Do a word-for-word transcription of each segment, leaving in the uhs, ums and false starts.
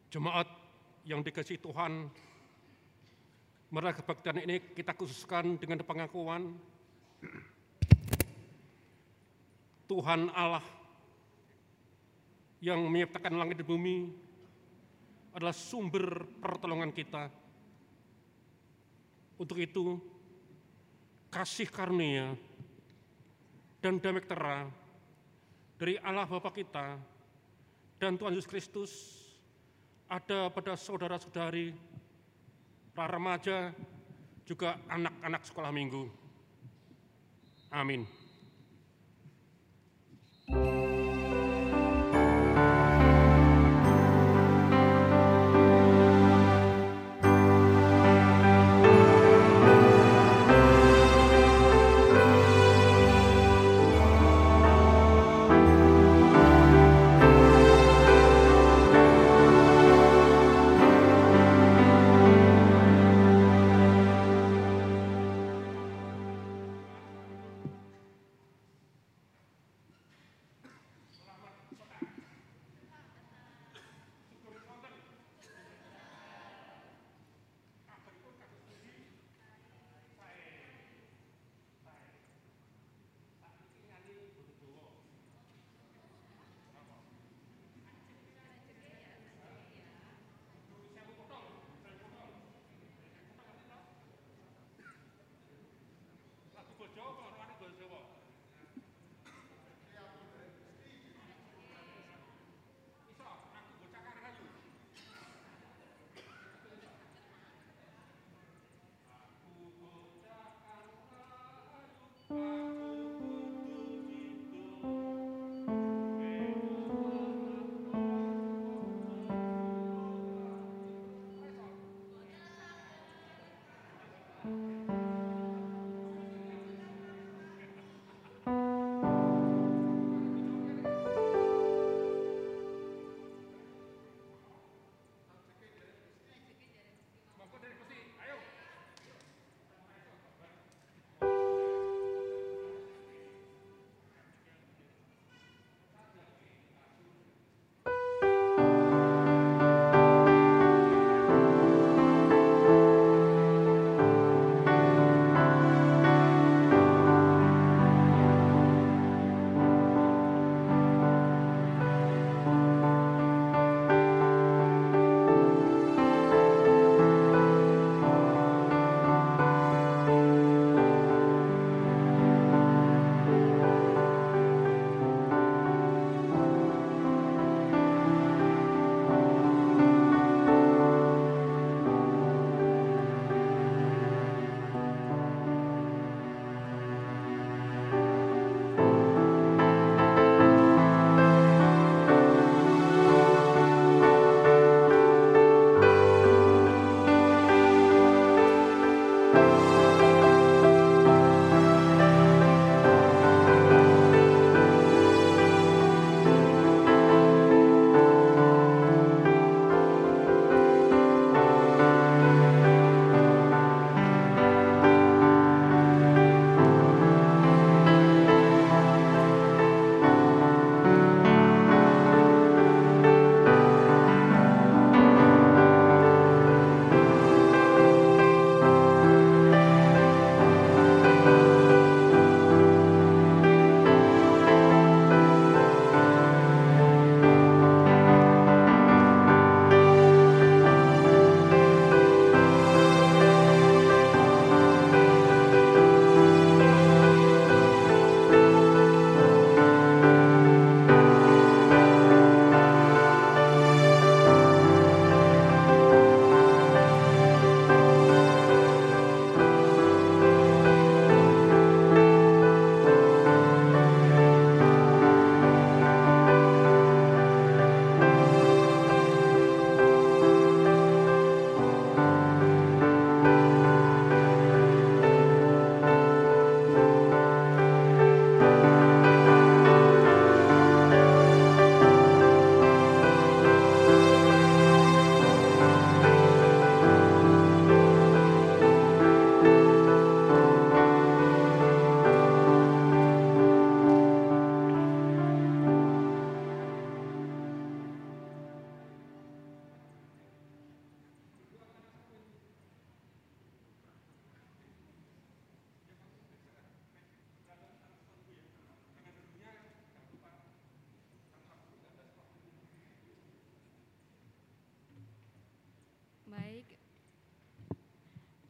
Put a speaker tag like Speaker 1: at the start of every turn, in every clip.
Speaker 1: Jemaat yang dikasihi Tuhan, meraih kebaktian ini kita khususkan dengan pengakuan Tuhan Allah yang menciptakan langit dan bumi adalah sumber pertolongan kita. Untuk itu, kasih karunia dan damai sejahtera dari Allah Bapa kita dan Tuhan Yesus Kristus ada pada saudara-saudari, para remaja, juga anak-anak sekolah minggu. Amin.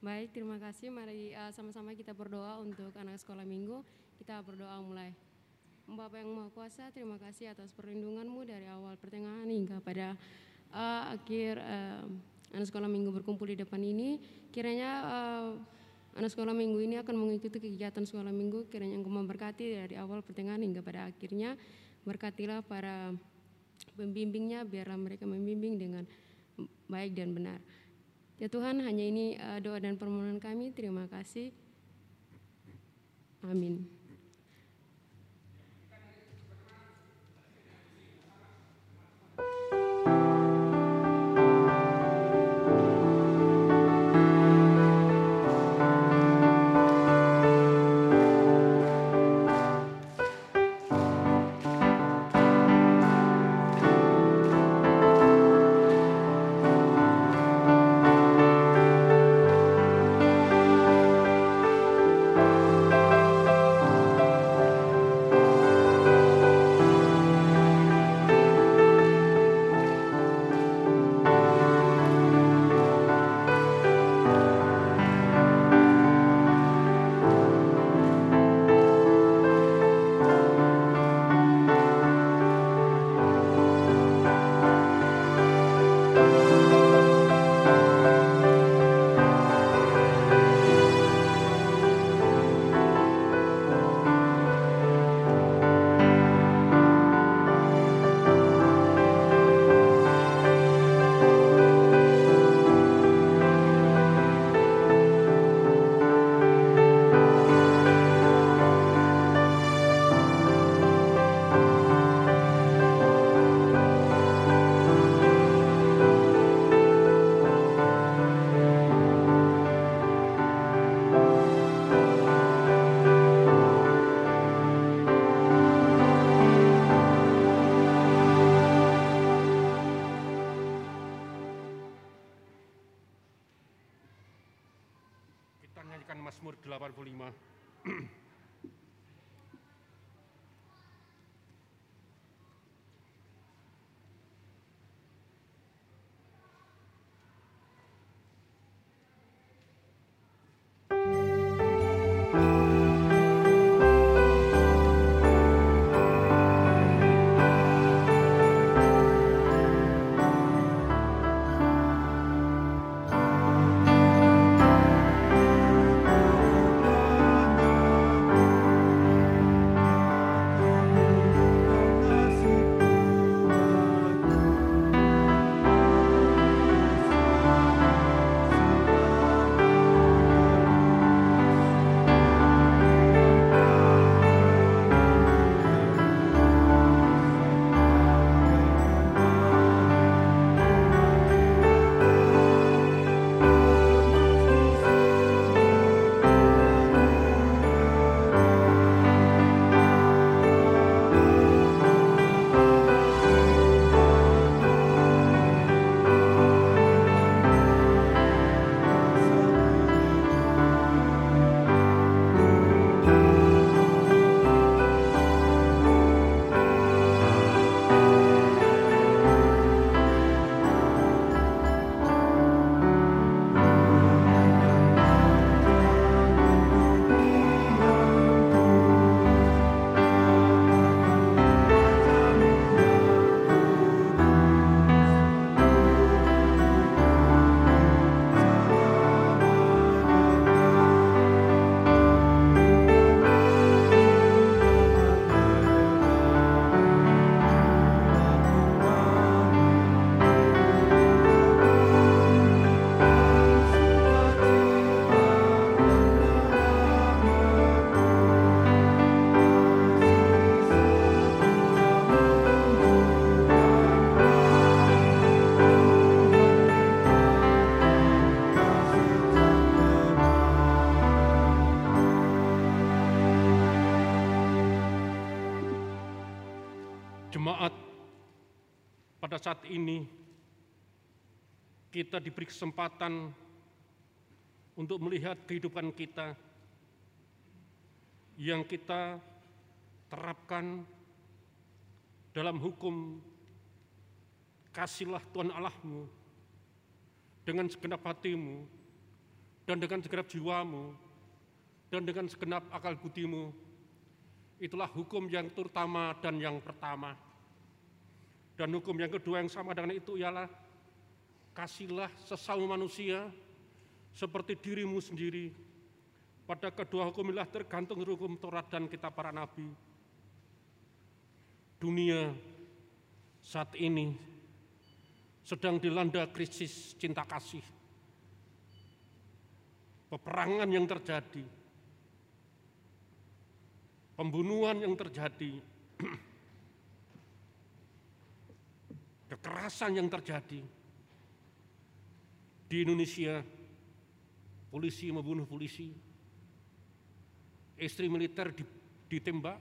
Speaker 2: Baik, terima kasih. Mari uh, sama-sama kita berdoa untuk anak sekolah minggu. Kita berdoa mulai. Bapa yang Maha Kuasa, terima kasih atas perlindungan-Mu dari awal pertengahan hingga pada uh, akhir uh, anak sekolah minggu berkumpul di depan ini. Kiranya uh, anak sekolah minggu ini akan mengikuti kegiatan sekolah minggu. Kiranya Engkau memberkati dari awal pertengahan hingga pada akhirnya. Berkatilah para pembimbingnya, biarlah mereka membimbing dengan baik dan benar. Ya Tuhan, hanya ini uh, doa dan permohonan kami. Terima kasih. Amin.
Speaker 1: Mazmur delapan puluh lima. Jemaat, pada saat ini kita diberi kesempatan untuk melihat kehidupan kita yang kita terapkan dalam hukum kasihlah Tuhan Allahmu dengan segenap hatimu, dan dengan segenap jiwamu, dan dengan segenap akal budimu. Itulah hukum yang terutama dan yang pertama. Dan hukum yang kedua yang sama dengan itu ialah kasihlah sesama manusia seperti dirimu sendiri. Pada kedua hukum inilah tergantung hukum Taurat dan kitab para nabi. Dunia saat ini sedang dilanda krisis cinta kasih. Peperangan yang terjadi, pembunuhan yang terjadi, kekerasan yang terjadi. Di Indonesia, polisi membunuh polisi, istri militer ditembak,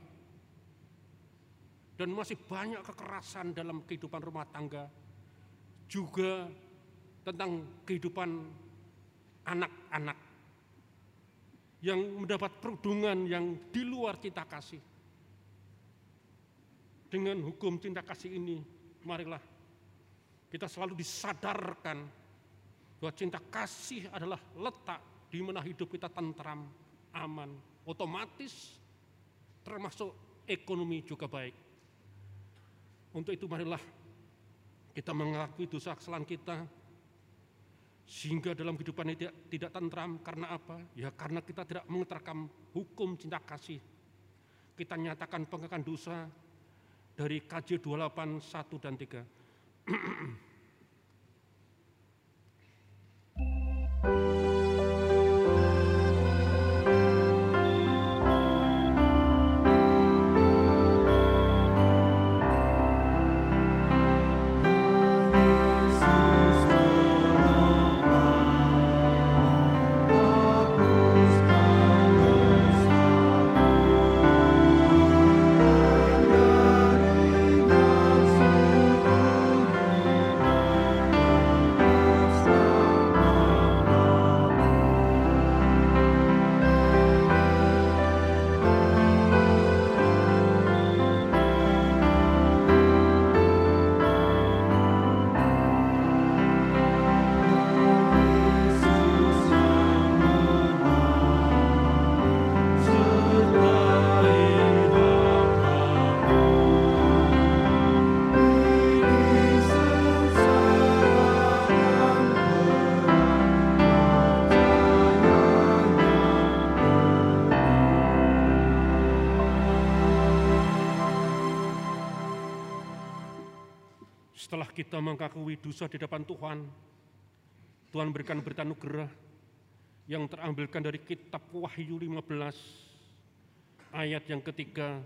Speaker 1: dan masih banyak kekerasan dalam kehidupan rumah tangga, juga tentang kehidupan anak-anak yang mendapat perundungan yang di luar cinta kasih. Dengan hukum cinta kasih ini, marilah kita selalu disadarkan bahwa cinta kasih adalah letak di mana hidup kita tentram, aman, otomatis termasuk ekonomi juga baik. Untuk itu marilah kita mengakui dosa kesalahan kita, sehingga dalam kehidupan ini tidak, tidak tentram. Karena apa? Ya karena kita tidak mengeterkan hukum cinta kasih. Kita nyatakan pengakuan dosa dari K J dua puluh delapan, satu dan tiga. Setelah kita mengakui dosa di depan Tuhan, Tuhan berikan berita anugerah yang terambilkan dari kitab Wahyu lima belas, ayat yang ketiga.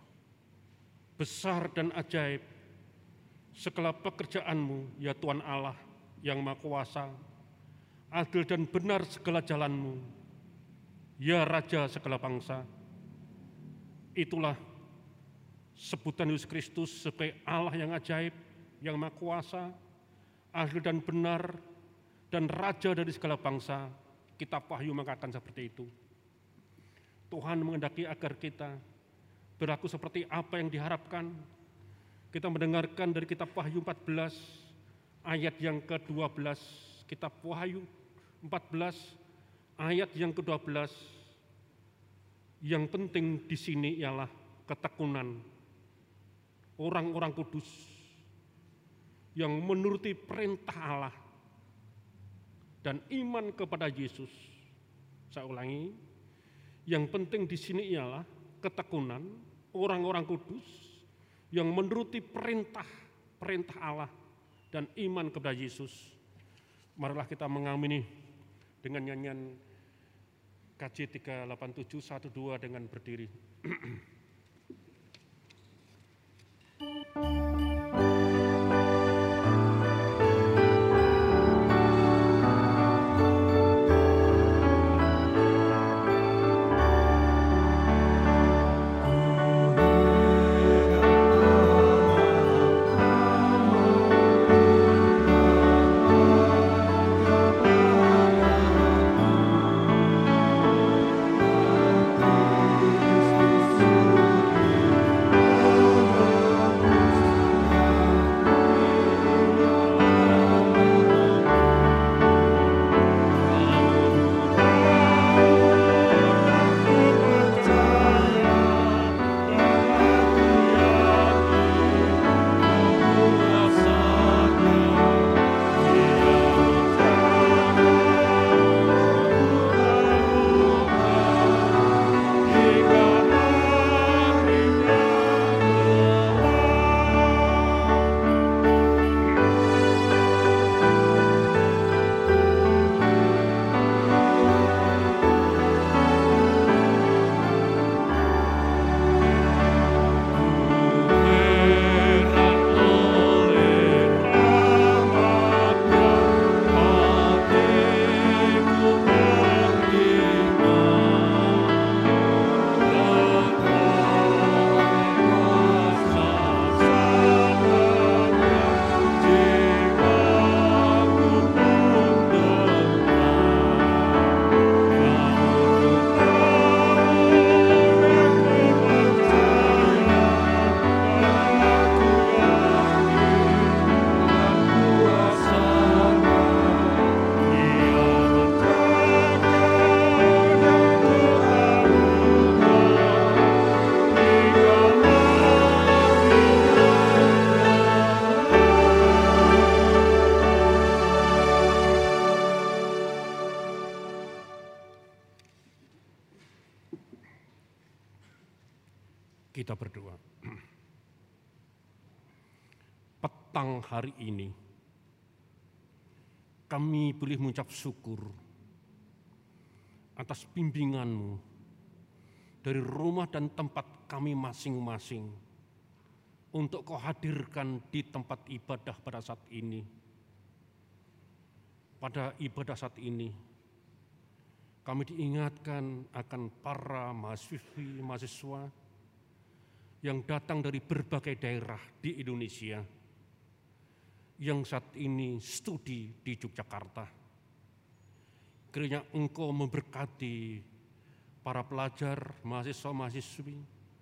Speaker 1: Besar dan ajaib segala pekerjaanmu, ya Tuhan Allah yang Maha Kuasa, adil dan benar segala jalanmu, ya Raja segala bangsa. Itulah sebutan Yesus Kristus sebagai Allah yang ajaib, yang Maha Kuasa, adil dan benar, dan Raja dari segala bangsa. Kitab Wahyu mengatakan seperti itu. Tuhan menghendaki agar kita berlaku seperti apa yang diharapkan. Kita mendengarkan dari kitab Wahyu empat belas, ayat yang ke dua belas. Kitab Wahyu empat belas, ayat yang ke dua belas. Yang penting di sini ialah ketekunan orang-orang kudus yang menuruti perintah Allah dan iman kepada Yesus. Saya ulangi, yang penting di sini ialah ketekunan orang-orang kudus yang menuruti perintah perintah Allah dan iman kepada Yesus. Marilah kita mengamini dengan nyanyian K J tiga delapan tujuh satu dua dengan berdiri. Kita berdoa. Petang hari ini, kami boleh mengucap syukur atas bimbingan-Mu dari rumah dan tempat kami masing-masing untuk Kau hadirkan di tempat ibadah pada saat ini. Pada ibadah saat ini, kami diingatkan akan para mahasiswi, mahasiswa yang datang dari berbagai daerah di Indonesia yang saat ini studi di Yogyakarta. Kiranya Engkau memberkati para pelajar, mahasiswa-mahasiswi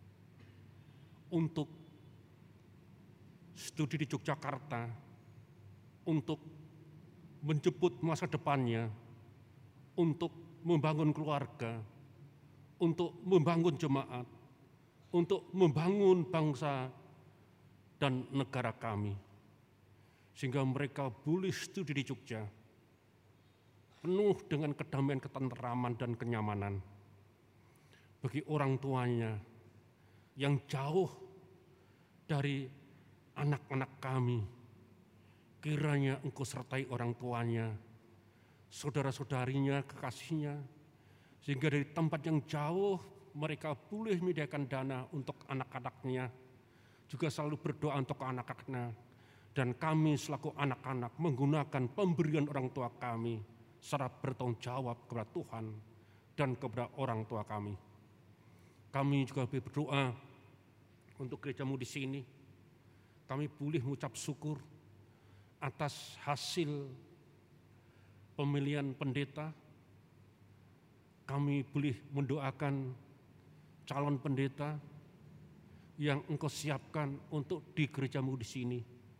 Speaker 1: untuk studi di Yogyakarta, untuk menjemput masa depannya, untuk membangun keluarga, untuk membangun jemaat, untuk membangun bangsa dan negara kami. Sehingga mereka boleh studi di Jogja, penuh dengan kedamaian, ketenteraman, dan kenyamanan. Bagi orang tuanya yang jauh dari anak-anak kami, kiranya Engkau sertai orang tuanya, saudara-saudarinya, kekasihnya, sehingga dari tempat yang jauh mereka boleh menyediakan dana untuk anak-anaknya, juga selalu berdoa untuk anak-anaknya, dan kami selaku anak-anak menggunakan pemberian orang tua kami secara bertanggung jawab kepada Tuhan dan kepada orang tua kami. Kami juga berdoa untuk gereja-Mu di sini. Kami boleh mengucap syukur atas hasil pemilihan pendeta. Kami boleh mendoakan calon pendeta yang Engkau siapkan untuk di gereja-Mu di sini.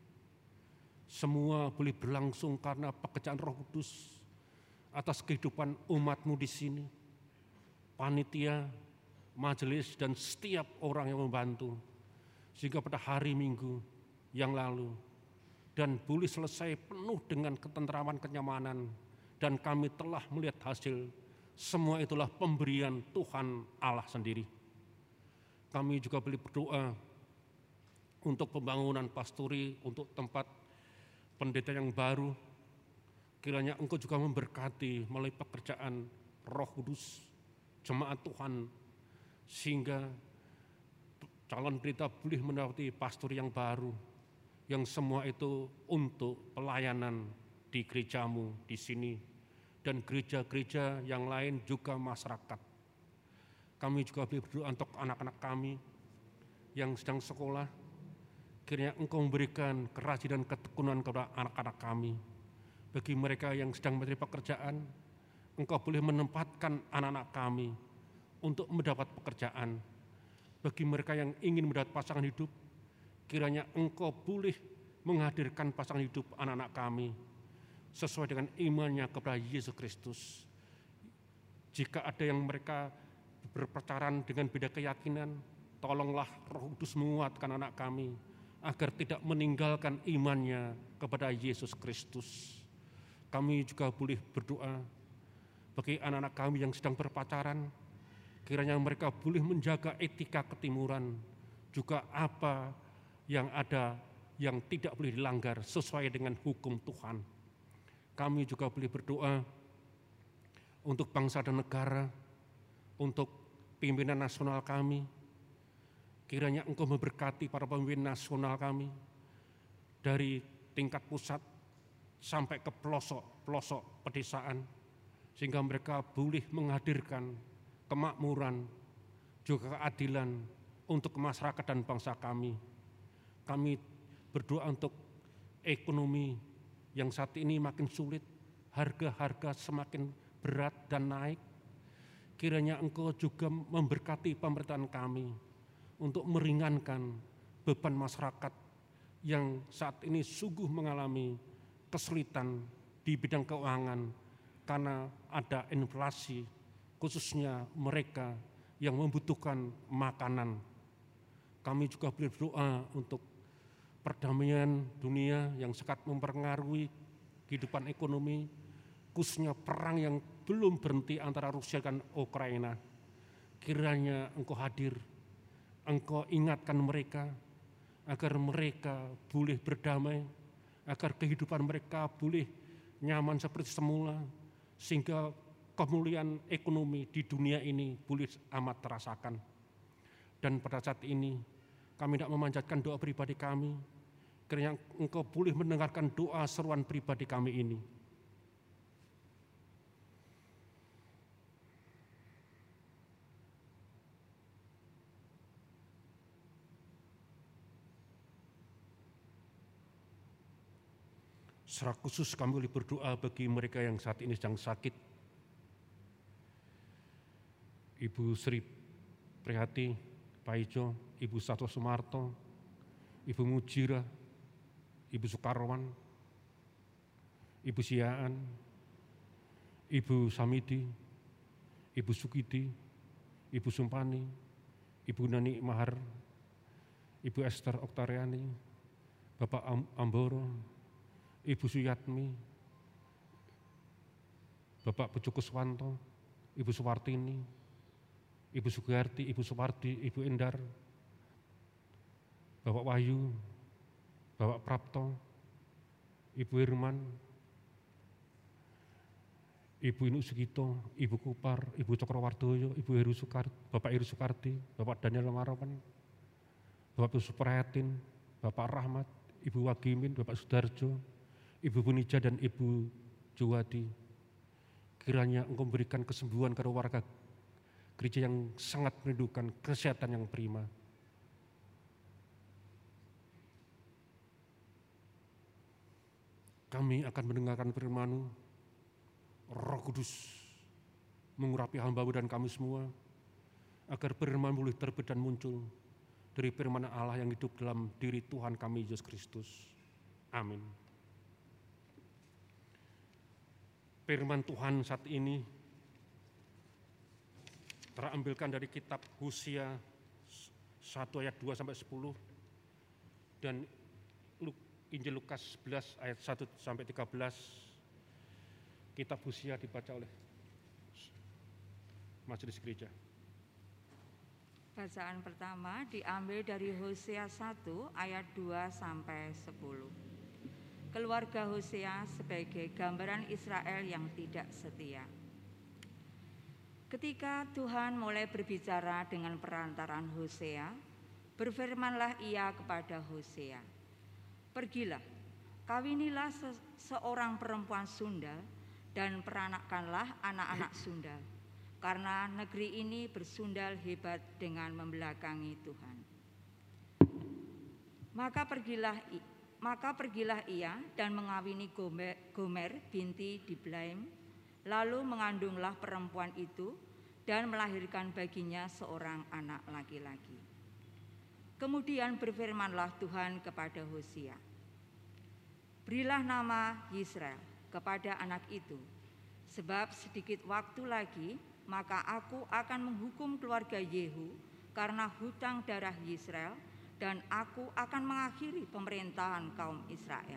Speaker 1: Semua boleh berlangsung karena pekerjaan Roh Kudus atas kehidupan umat-Mu di sini. Panitia, majelis, dan setiap orang yang membantu. Sehingga pada hari Minggu yang lalu, dan boleh selesai penuh dengan ketenteraman, kenyamanan, dan kami telah melihat hasil. Semua itulah pemberian Tuhan Allah sendiri. Kami juga boleh berdoa untuk pembangunan pasturi, untuk tempat pendeta yang baru. Kiranya Engkau juga memberkati melalui pekerjaan Roh Kudus, jemaat Tuhan, sehingga calon pendeta boleh mendapati pastor yang baru, yang semua itu untuk pelayanan di gereja-Mu di sini, dan gereja-gereja yang lain juga masyarakat. Kami juga berdoa untuk anak-anak kami yang sedang sekolah. Kiranya Engkau memberikan kerajinan ketekunan kepada anak-anak kami. Bagi mereka yang sedang mencari pekerjaan, Engkau boleh menempatkan anak-anak kami untuk mendapat pekerjaan. Bagi mereka yang ingin mendapat pasangan hidup, kiranya Engkau boleh menghadirkan pasangan hidup anak-anak kami sesuai dengan imannya kepada Yesus Kristus. Jika ada yang mereka berpacaran dengan beda keyakinan, tolonglah Roh Kudus menguatkan anak kami agar tidak meninggalkan imannya kepada Yesus Kristus. Kami juga boleh berdoa bagi anak-anak kami yang sedang berpacaran, kiranya mereka boleh menjaga etika ketimuran, juga apa yang ada yang tidak boleh dilanggar sesuai dengan hukum Tuhan. Kami juga boleh berdoa untuk bangsa dan negara, untuk pimpinan nasional kami. Kiranya Engkau memberkati para pemimpin nasional kami dari tingkat pusat sampai ke pelosok-pelosok pedesaan, sehingga mereka boleh menghadirkan kemakmuran, juga keadilan untuk masyarakat dan bangsa kami. Kami berdoa untuk ekonomi yang saat ini makin sulit, harga-harga semakin berat dan naik. Kiranya Engkau juga memberkati pemerintahan kami untuk meringankan beban masyarakat yang saat ini sungguh mengalami kesulitan di bidang keuangan karena ada inflasi, khususnya mereka yang membutuhkan makanan. Kami juga berdoa untuk perdamaian dunia yang sangat mempengaruhi kehidupan ekonomi, khususnya perang yang belum berhenti antara Rusia dan Ukraina. Kiranya Engkau hadir, Engkau ingatkan mereka agar mereka boleh berdamai, agar kehidupan mereka boleh nyaman seperti semula, sehingga kemuliaan ekonomi di dunia ini boleh amat terasakan. Dan pada saat ini kami tidak memanjatkan doa pribadi kami, kiranya Engkau boleh mendengarkan doa seruan pribadi kami ini. Secara khusus kami boleh berdoa bagi mereka yang saat ini sedang sakit. Ibu Sri Prihati, Pak Ijo, Ibu Sato Sumarto, Ibu Mujira, Ibu Sukarwan, Ibu Siaan, Ibu Samidi, Ibu Sukidi, Ibu Sumpani, Ibu Nani Mahar, Ibu Esther Oktariani, Bapak Amboro, Ibu Suyatmi, Bapak Pucu Kuswanto, Ibu Suwartini, Ibu Sugiyarti, Ibu Supardi, Ibu Endar, Bapak Wahyu, Bapak Prapto, Ibu Irman, Ibu Inu Sugito, Ibu Kupar, Ibu Cokrowardoyo, Ibu Heru Sukar, Bapak Heru Sukarti, Bapak Daniel Marawan, Bapak Suprayatin, Bapak Rahmat, Ibu Wagimin, Bapak Sudarjo, Ibu Bunija dan Ibu Juwadi. Kiranya Engkau memberikan kesembuhan kepada warga gereja yang sangat merindukan kesehatan yang prima. Kami akan mendengarkan firman-Mu. Roh Kudus mengurapi hamba-Mu dan kami semua, agar firman boleh terbit dan muncul dari firman Allah yang hidup dalam diri Tuhan kami Yesus Kristus. Amin. Firman Tuhan saat ini terambilkan dari kitab Hosea satu ayat dua sampai sepuluh dan Injil Lukas sebelas ayat satu sampai tiga belas. Kitab Hosea dibaca oleh majelis gereja.
Speaker 3: Bacaan pertama diambil dari Hosea satu ayat dua sampai sepuluh. Keluarga Hosea sebagai gambaran Israel yang tidak setia. Ketika Tuhan mulai berbicara dengan perantaran Hosea, berfirmanlah Ia kepada Hosea, "Pergilah, kawinilah se seorang perempuan sundal dan peranakkanlah anak-anak sundal, karena negeri ini bersundal hebat dengan membelakangi Tuhan." Maka pergilah maka pergilah ia dan mengawini Gomer, Gomer binti Diblaim, lalu mengandunglah perempuan itu dan melahirkan baginya seorang anak laki-laki. Kemudian berfirmanlah Tuhan kepada Hosea, "Berilah nama Yisrael kepada anak itu, sebab sedikit waktu lagi maka aku akan menghukum keluarga Yehu karena hutang darah Yisrael, dan aku akan mengakhiri pemerintahan kaum Israel.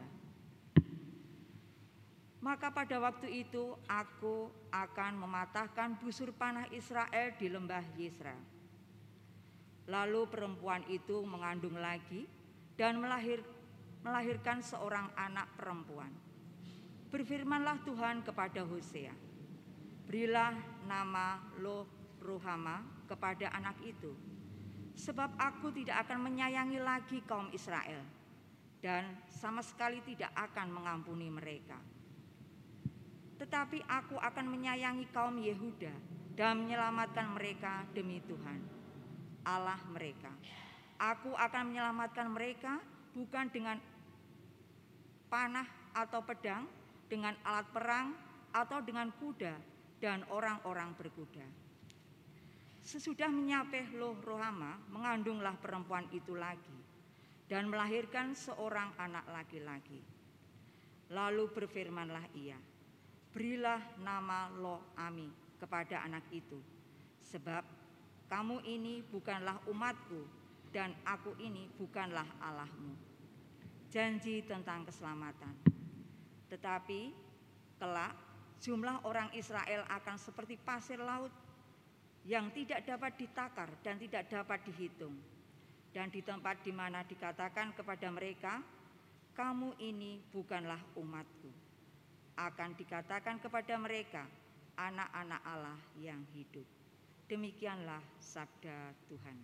Speaker 3: Maka pada waktu itu aku akan mematahkan busur panah Israel di lembah Yisrael." Lalu perempuan itu mengandung lagi dan melahir, melahirkan seorang anak perempuan. Berfirmanlah Tuhan kepada Hosea, "Berilah nama Lo Ruhama kepada anak itu, sebab aku tidak akan menyayangi lagi kaum Israel dan sama sekali tidak akan mengampuni mereka. Tetapi aku akan menyayangi kaum Yehuda dan menyelamatkan mereka demi Tuhan, Allah mereka. Aku akan menyelamatkan mereka bukan dengan panah atau pedang, dengan alat perang atau dengan kuda dan orang-orang berkuda." Sesudah menyapeh Lo Ruhama, mengandunglah perempuan itu lagi dan melahirkan seorang anak laki-laki. Lalu berfirmanlah ia, "Berilah nama Lo Ami kepada anak itu, sebab kamu ini bukanlah umatku dan aku ini bukanlah Allahmu." Janji tentang keselamatan. Tetapi kelak jumlah orang Israel akan seperti pasir laut yang tidak dapat ditakar dan tidak dapat dihitung. Dan di tempat di mana dikatakan kepada mereka, kamu ini bukanlah umatku, akan dikatakan kepada mereka, anak-anak Allah yang hidup. Demikianlah sabda Tuhan.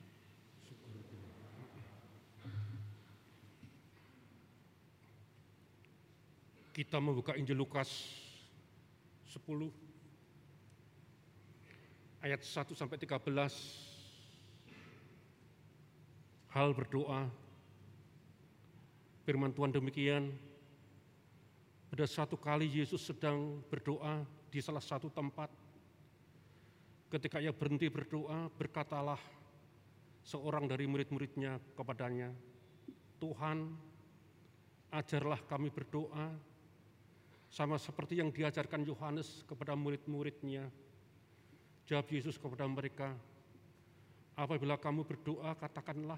Speaker 1: Kita membuka Injil Lukas sepuluh ayat satu sampai tiga belas. Hal berdoa. Firman Tuhan demikian, pada satu kali Yesus sedang berdoa di salah satu tempat. Ketika ia berhenti berdoa, berkatalah seorang dari murid-muridnya kepadanya, Tuhan, ajarlah kami berdoa, sama seperti yang diajarkan Yohanes kepada murid-muridnya. Jawab Yesus kepada mereka, apabila kamu berdoa, katakanlah,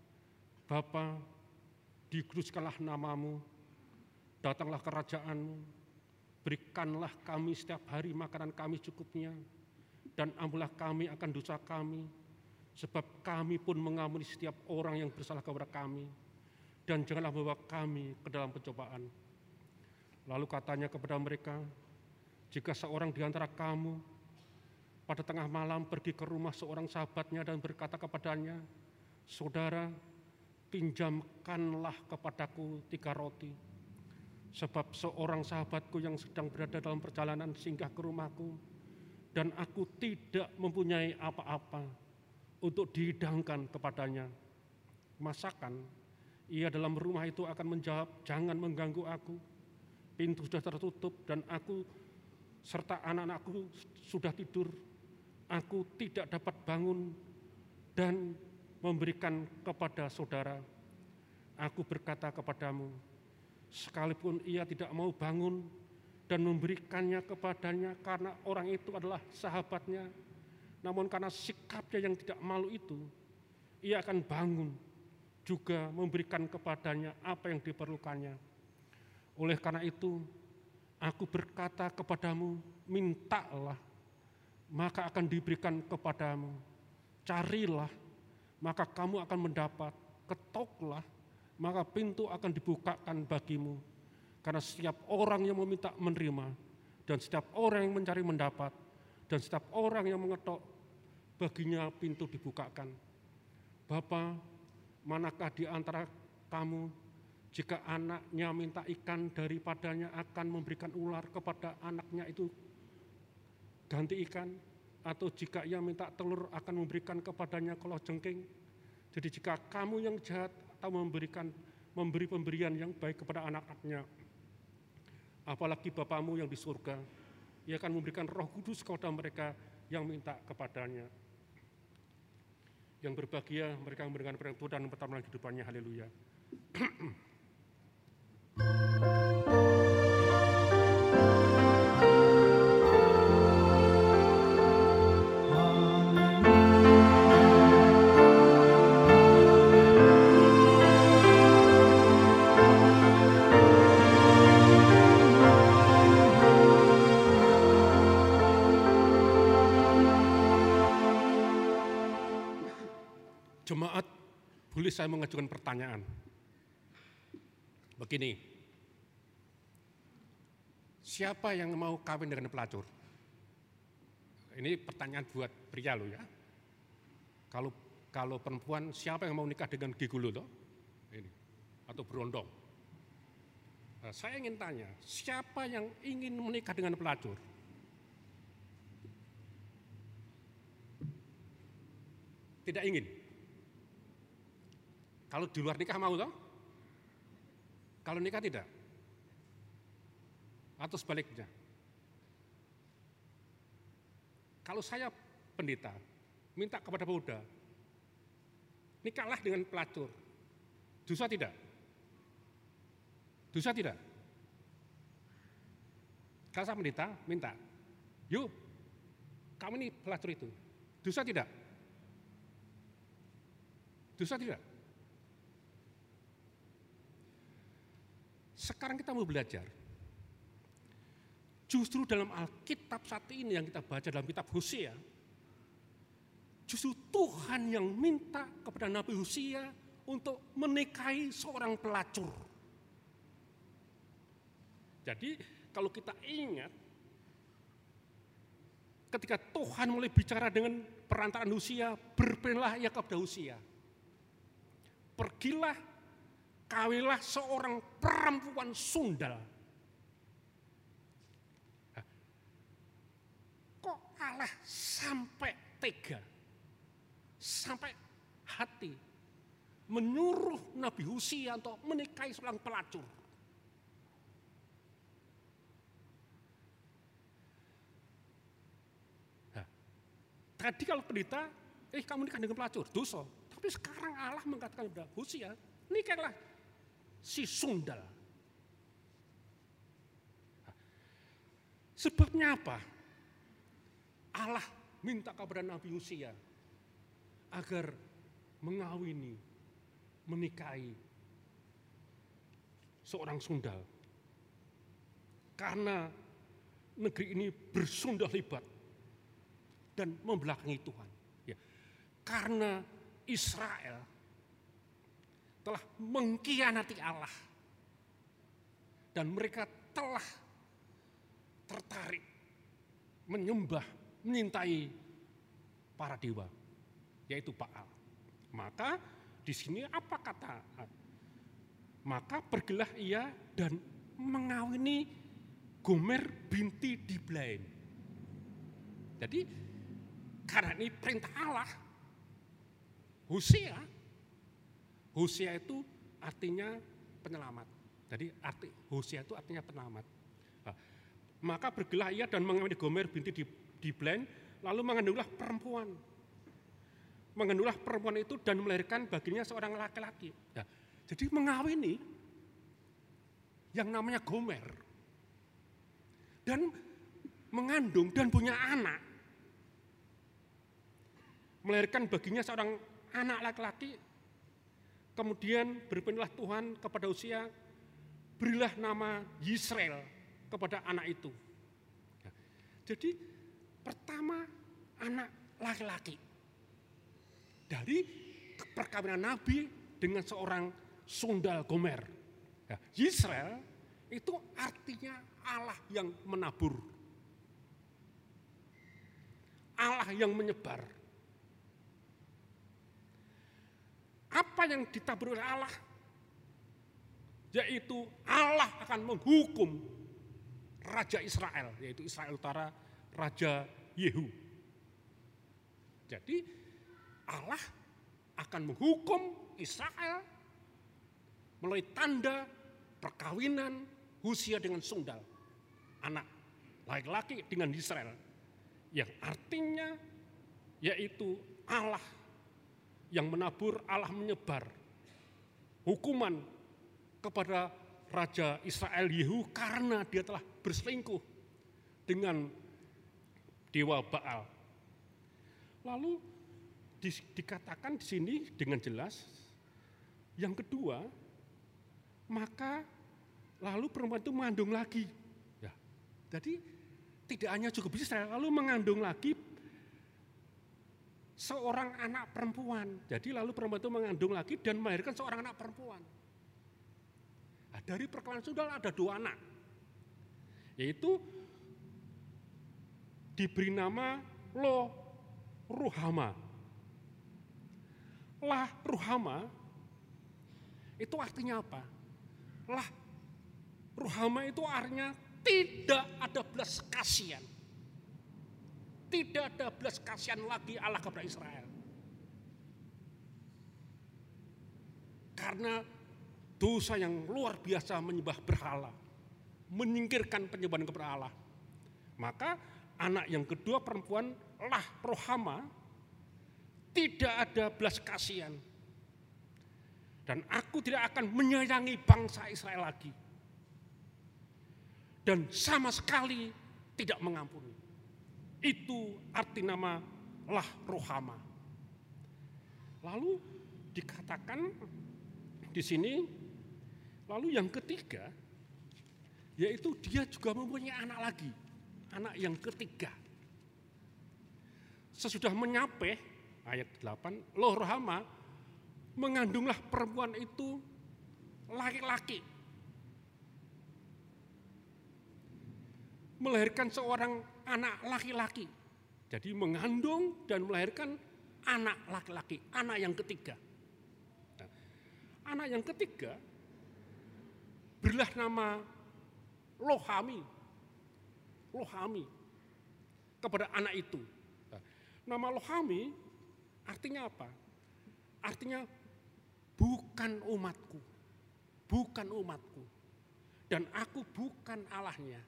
Speaker 1: Bapa, dikuduskanlah namamu, datanglah kerajaanmu, berikanlah kami setiap hari makanan kami cukupnya, dan ampunilah kami akan dosa kami, sebab kami pun mengampuni setiap orang yang bersalah kepada kami, dan janganlah membawa kami ke dalam pencobaan. Lalu katanya kepada mereka, jika seorang di antara kamu pada tengah malam pergi ke rumah seorang sahabatnya dan berkata kepadanya, saudara, pinjamkanlah kepadaku tiga roti, sebab seorang sahabatku yang sedang berada dalam perjalanan singgah ke rumahku, dan aku tidak mempunyai apa-apa untuk dihidangkan kepadanya. Masakan, ia dalam rumah itu akan menjawab, jangan mengganggu aku, pintu sudah tertutup dan aku serta anak-anakku sudah tidur, aku tidak dapat bangun dan memberikan kepada saudara. Aku berkata kepadamu, sekalipun ia tidak mau bangun dan memberikannya kepadanya karena orang itu adalah sahabatnya, namun karena sikapnya yang tidak malu itu, ia akan bangun juga memberikan kepadanya apa yang diperlukannya. Oleh karena itu, aku berkata kepadamu, mintalah, maka akan diberikan kepadamu. Carilah, maka kamu akan mendapat. Ketoklah, maka pintu akan dibukakan bagimu. Karena setiap orang yang meminta menerima, dan setiap orang yang mencari mendapat, dan setiap orang yang mengetok, baginya pintu dibukakan. Bapa, manakah di antara kamu, jika anaknya minta ikan, daripadanya akan memberikan ular kepada anaknya itu ganti ikan? Atau jika ia minta telur, akan memberikan kepadanya kalajengking? Jadi jika kamu yang jahat atau memberikan memberi pemberian yang baik kepada anak-anaknya, apalagi Bapamu yang di surga, ia akan memberikan Roh Kudus kepada mereka yang minta kepadanya. Yang berbahagia mereka yang mendengar firman Tuhan dan pertama kehidupannya. Haleluya. Jemaat, boleh saya mengajukan pertanyaan? Begini, siapa yang mau kawin dengan pelacur? Ini pertanyaan buat pria loh ya. Kalau kalau perempuan, siapa yang mau nikah dengan gigolo loh? Ini atau berondong? Nah, saya ingin tanya, siapa yang ingin menikah dengan pelacur? Tidak ingin. Kalau di luar nikah mau toh? Kalau nikah tidak? Atau sebaliknya? Kalau saya pendeta, minta kepada pemuda, nikahlah dengan pelacur. Dosa tidak? Dosa tidak? Kalau saya pendeta, minta, yuk, kamu ini pelacur itu. Dosa tidak? Dosa tidak? Sekarang kita mau belajar. Justru dalam Alkitab saat ini yang kita baca dalam kitab Hosea, Justru Tuhan yang minta kepada Nabi Hosea untuk menikahi seorang pelacur. Jadi kalau kita ingat, ketika Tuhan mulai bicara dengan perantaraan Hosea, berpindah ia kepada Hosea. Pergilah, kawinlah seorang perempuan sundal. Nah, kok Allah sampai tega, sampai hati menyuruh Nabi Hosea untuk menikahi seorang pelacur? Tadi kalau pendeta, eh kamu nikah dengan pelacur, dosa. Tapi sekarang Allah mengatakan kepada Hosea, nikahlah si sundal. Sebabnya apa? Allah minta kepada Nabi Hosea agar mengawini, menikahi seorang sundal. Karena negeri ini bersundal hebat dan membelakangi Tuhan. Ya. Karena Israel telah mengkhianati Allah dan mereka telah tertarik menyembah, menyintai para dewa, yaitu Baal. Maka di sini apa kata? Maka pergilah ia dan mengawini Gomer binti Diblaim. Jadi karena ini perintah Allah, Hosea, Hosea itu artinya penyelamat. Jadi arti Hosea itu artinya penyelamat. Nah, maka pergilah ia dan mengawini Gomer binti Diblaim, lalu mengandunglah perempuan. Mengandunglah perempuan itu dan melahirkan baginya seorang laki-laki. Nah, jadi mengawini yang namanya Gomer dan mengandung dan punya anak. Melahirkan baginya seorang anak laki-laki, kemudian berfirmanlah Tuhan kepada Hosea, berilah nama Yisrael kepada anak itu. Jadi pertama anak laki-laki dari perkawinan Nabi dengan seorang sundal Gomer. Yisrael itu artinya Allah yang menabur, Allah yang menyebar. Apa yang ditabur oleh Allah? Yaitu Allah akan menghukum Raja Israel, yaitu Israel Utara, Raja Yehu. Jadi Allah akan menghukum Israel melalui tanda perkawinan Hosea dengan sundal, anak laki-laki dengan Israel, yang artinya yaitu Allah yang menabur, Allah menyebar hukuman kepada Raja Israel Yehu karena dia telah berselingkuh dengan dewa Baal. Lalu di, dikatakan di sini dengan jelas, yang kedua, maka lalu perempuan itu mengandung lagi. Ya, jadi tidak hanya cukup Israel, lalu mengandung lagi seorang anak perempuan. Jadi lalu perempuan itu mengandung lagi dan melahirkan seorang anak perempuan. Nah, dari perkawinan sundal ada dua anak, yaitu diberi nama Lo Ruhama. Lah Ruhama itu artinya apa? Lah Ruhama itu artinya tidak ada belas kasihan. Tidak ada belas kasihan lagi Allah kepada Israel. Karena dosa yang luar biasa menyembah berhala, menyingkirkan penyembahan kepada Allah. Maka anak yang kedua perempuan Lah Rohama tidak ada belas kasihan. Dan aku tidak akan menyayangi bangsa Israel lagi. Dan sama sekali tidak mengampuni. Itu arti nama Lah Rohama. Lalu dikatakan di sini, lalu yang ketiga, yaitu dia juga mempunyai anak lagi, anak yang ketiga. Sesudah menyapeh, ayat delapan, Loh Rohama, mengandunglah perempuan itu laki-laki. Melahirkan seorang anak laki-laki. Jadi mengandung dan melahirkan anak laki-laki, anak yang ketiga. Nah, anak yang ketiga berilah nama Lohami. Lohami kepada anak itu. Nah, nama Lohami artinya apa? Artinya bukan umatku, bukan umatku, dan aku bukan Allahnya.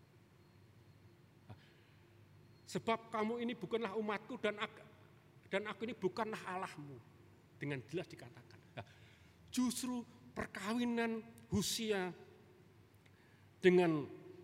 Speaker 1: Sebab kamu ini bukanlah umatku dan aku, dan aku ini bukanlah Allahmu. Dengan jelas dikatakan. Nah, justru perkawinan Hosea dengan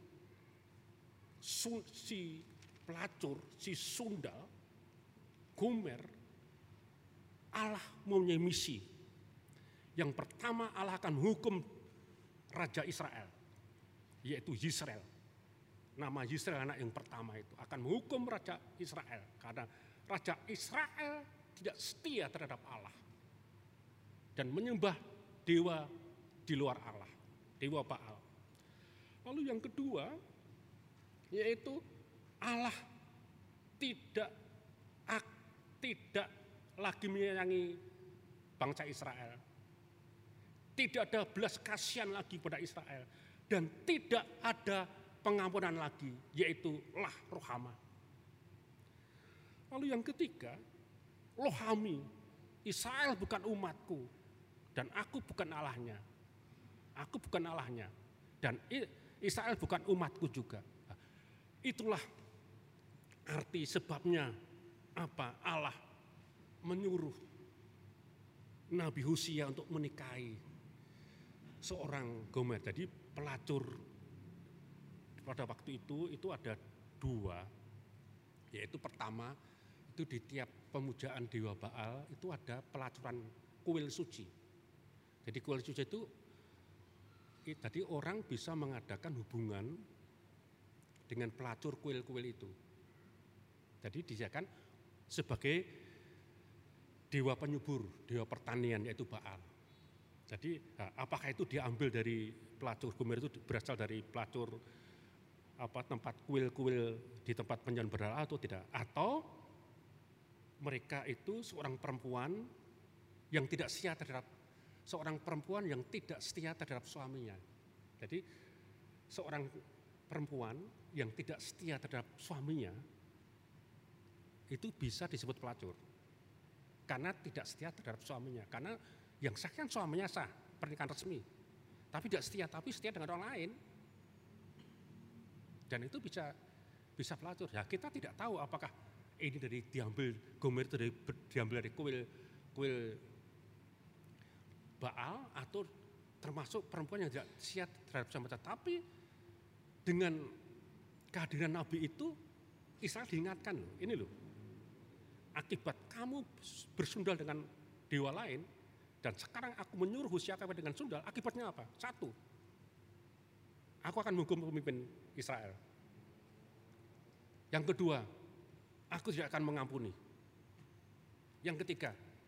Speaker 1: si pelacur, si sundal, Gomer, Allah mempunyai misi. Yang pertama Allah akan menghukum Raja Israel, yaitu Yisrael. Nama Yisrael anak yang pertama itu akan menghukum Raja Israel. Karena Raja Israel tidak setia terhadap Allah. Dan menyembah dewa di luar Allah, dewa Baal. Lalu yang kedua, yaitu Allah tidak tidak lagi menyayangi bangsa Israel. Tidak ada belas kasihan lagi pada Israel. Dan tidak ada pengampunan lagi, yaitu lah Rohama. Lalu yang ketiga, Lohami, Israel bukan umatku, dan aku bukan Allahnya. Aku bukan Allahnya, dan Israel bukan umatku juga. Itulah arti sebabnya apa Allah menyuruh Nabi Hosea untuk menikahi seorang Gomer. Jadi pelacur pada waktu itu itu ada dua, yaitu pertama itu di tiap pemujaan dewa Baal itu ada pelacuran kuil suci. Jadi kuil suci itu jadi orang bisa mengadakan hubungan dengan pelacur kuil-kuil itu. Jadi disediakan sebagai dewa penyubur, dewa pertanian, yaitu Baal. Jadi apakah itu diambil dari pelacur Gomer itu berasal dari pelacur apa tempat kuil-kuil di tempat penyembelihan berhala atau tidak? Atau mereka itu seorang perempuan yang tidak setia terhadap seorang perempuan yang tidak setia terhadap suaminya. Jadi seorang perempuan yang tidak setia terhadap suaminya itu bisa disebut pelacur karena tidak setia terhadap suaminya. Karena yang sah kan suaminya sah, pernikahan resmi, tapi tidak setia, tapi setia dengan orang lain, dan itu bisa bisa pelacur. Ya kita tidak tahu apakah ini dari diambil Gomer itu dari, diambil dari kuil kuil Baal atau termasuk perempuan yang tidak setia terhadap suaminya. Tapi dengan kehadiran Nabi itu Israel diingatkan loh, ini loh. Akibat kamu bersundal dengan dewa lain, dan sekarang aku menyuruh Hosea kawin dengan sundal, akibatnya apa? Satu, aku akan menghukum pemimpin Israel. Yang kedua, aku tidak akan mengampuni. Yang ketiga,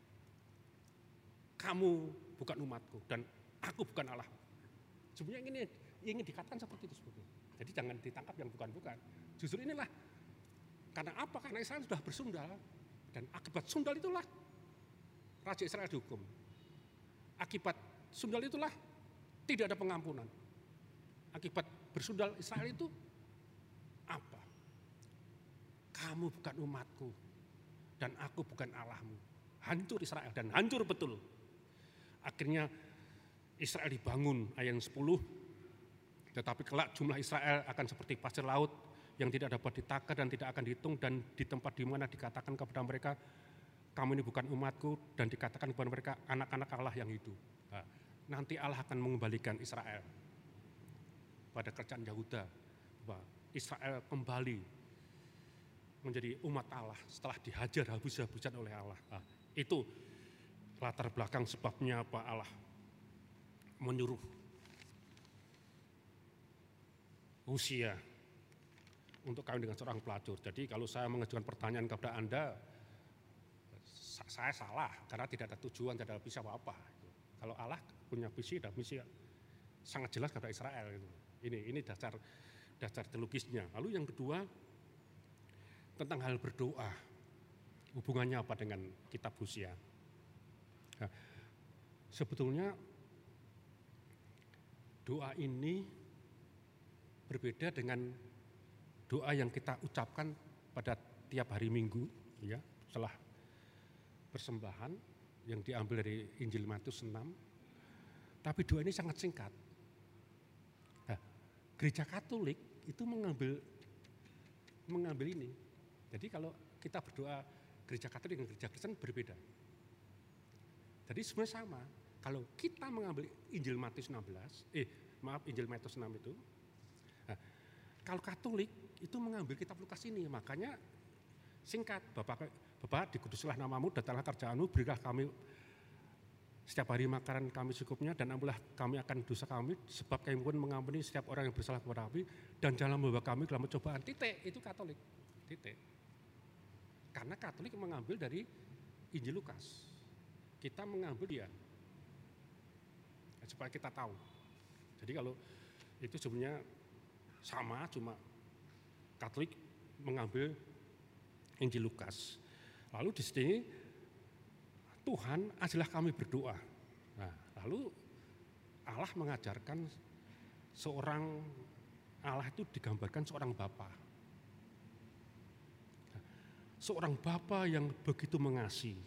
Speaker 1: kamu bukan umatku dan aku bukan Allah. Sebenarnya ini ingin dikatakan seperti itu sebetulnya. Jadi jangan ditangkap yang bukan-bukan. Justru inilah, karena apa? Karena Israel sudah bersundal. Dan akibat sundal itulah Raja Israel dihukum. Akibat sundal itulah tidak ada pengampunan. Akibat bersundal Israel itu apa? Kamu bukan umatku dan aku bukan Allahmu. Hancur Israel dan hancur betul. Akhirnya Israel dibangun ayat sepuluh. Tetapi kelak jumlah Israel akan seperti pasir laut yang tidak dapat ditakar dan tidak akan dihitung, dan di tempat di mana dikatakan kepada mereka, kamu ini bukan umatku, dan dikatakan kepada mereka anak-anak Allah yang hidup. Nah, nanti Allah akan mengembalikan Israel pada kerajaan Yahuda, bahwa Israel kembali menjadi umat Allah setelah dihajar habis-habisan oleh Allah. Nah, itu latar belakang sebabnya apa Allah menyuruh Hosea untuk kawin dengan seorang pelacur. Jadi kalau saya mengajukan pertanyaan kepada Anda, saya salah karena tidak ada tujuan, tidak ada visi apa-apa. Kalau Allah punya visi dan misi sangat jelas kepada Israel. Gitu. Ini ini dasar dasar teologisnya. Lalu yang kedua tentang hal berdoa, hubungannya apa dengan kitab Hosea? Nah, sebetulnya doa ini berbeda dengan doa yang kita ucapkan pada tiap hari Minggu, ya, setelah persembahan yang diambil dari Injil Matius enam. Tapi doa ini sangat singkat. Nah, Gereja Katolik itu mengambil mengambil ini. Jadi kalau kita berdoa Gereja Katolik dengan Gereja Kristen berbeda. Jadi sebenarnya sama. Kalau kita mengambil Injil Matius enam belas, eh maaf Injil Matius enam itu, nah, kalau Katolik itu mengambil kitab Lukas ini, makanya singkat, Bapak, Bapak dikuduslah namamu, datanglah kerjaanmu, berilah kami setiap hari makanan kami cukupnya, dan ampunilah kami akan dosa kami, sebab kami pun mengampuni setiap orang yang bersalah kepada kami, dan jangan membawa kami dalam cobaan. Titik, itu Katolik. Titik. Karena Katolik mengambil dari Injil Lukas. Kita mengambil dia. Supaya kita tahu. Jadi kalau itu sebenarnya sama, cuma Katolik mengambil Injil Lukas. Lalu di sini Tuhan ajarlah kami berdoa. Nah, lalu Allah mengajarkan seorang Allah itu digambarkan seorang bapa. Seorang bapa yang begitu mengasihi.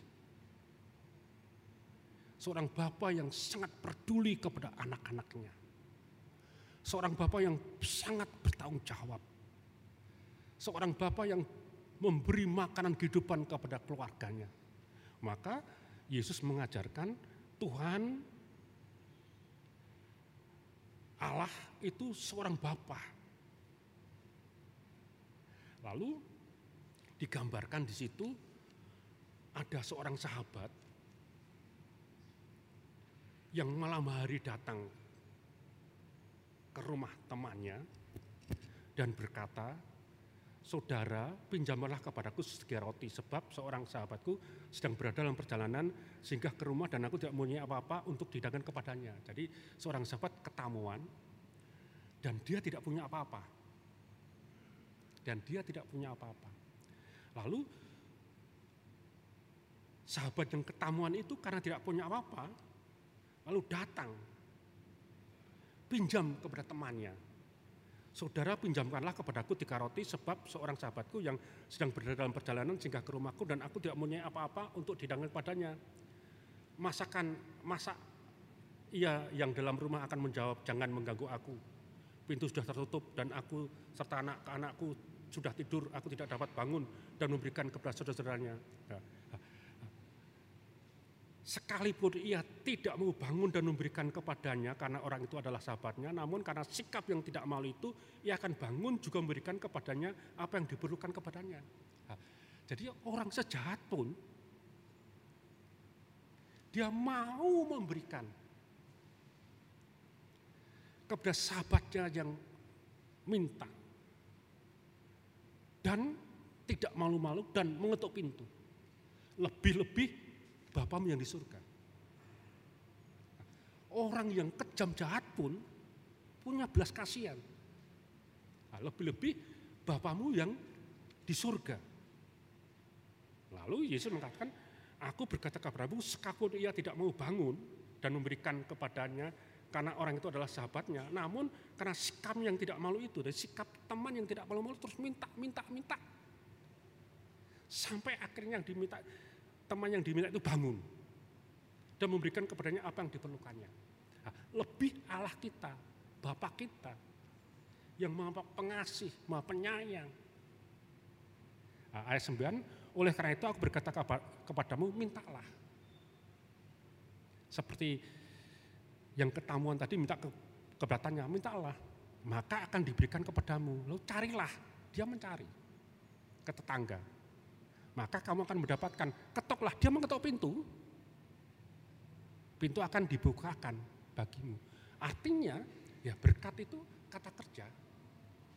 Speaker 1: Seorang bapa yang sangat peduli kepada anak-anaknya. Seorang bapa yang sangat bertanggung jawab. Seorang bapa yang memberi makanan kehidupan kepada keluarganya. Maka Yesus mengajarkan Tuhan Allah itu seorang bapa. Lalu digambarkan di situ ada seorang sahabat yang malam hari datang ke rumah temannya dan berkata, saudara, pinjamlah kepadaku setiga roti, sebab seorang sahabatku sedang berada dalam perjalanan singgah ke rumah dan aku tidak mempunyai apa-apa untuk dihidangkan kepadanya. Jadi seorang sahabat ketamuan dan dia tidak punya apa-apa. Dan dia tidak punya apa-apa. Lalu sahabat yang ketamuan itu karena tidak punya apa-apa, lalu datang pinjam kepada temannya. Saudara, pinjamkanlah kepadaku tiga roti sebab seorang sahabatku yang sedang berada dalam perjalanan singgah ke rumahku dan aku tidak mempunyai apa-apa untuk dihidangkan padanya. Masakan masak ia yang dalam rumah akan menjawab, jangan mengganggu aku. Pintu sudah tertutup dan aku serta anak-anakku sudah tidur, aku tidak dapat bangun dan memberikan kepada saudara-saudaranya. Sekalipun ia tidak mau bangun dan memberikan kepadanya karena orang itu adalah sahabatnya, namun karena sikap yang tidak malu itu, ia akan bangun juga memberikan kepadanya apa yang diperlukan kepadanya. Nah, jadi orang sejahat pun, dia mau memberikan kepada sahabatnya yang minta. Dan tidak malu-malu dan mengetuk pintu. Lebih-lebih Bapamu yang di surga. Orang yang kejam jahat pun punya belas kasihan. Nah, lebih-lebih Bapamu yang di surga. Lalu Yesus mengatakan, aku berkata kepadamu, sekalipun ia tidak mau bangun dan memberikan kepadanya karena orang itu adalah sahabatnya, namun karena sikap yang tidak malu itu, dan sikap teman yang tidak malu-malu terus minta, minta, minta. Sampai akhirnya yang diminta, teman yang diminta itu bangun dan memberikan kepadanya apa yang diperlukannya. Nah, lebih Allah kita, Bapa kita yang Maha Pengasih, Maha Penyayang. Nah, ayat sembilan, oleh karena itu aku berkata kepadamu, mintalah. Seperti yang ketamuan tadi minta ke keberatan,nya, mintalah, maka akan diberikan kepadamu. Lalu carilah, dia mencari ke tetangga. Maka kamu akan mendapatkan, ketoklah, dia mengetok pintu, pintu akan dibukakan bagimu. Artinya, ya berkat itu kata kerja.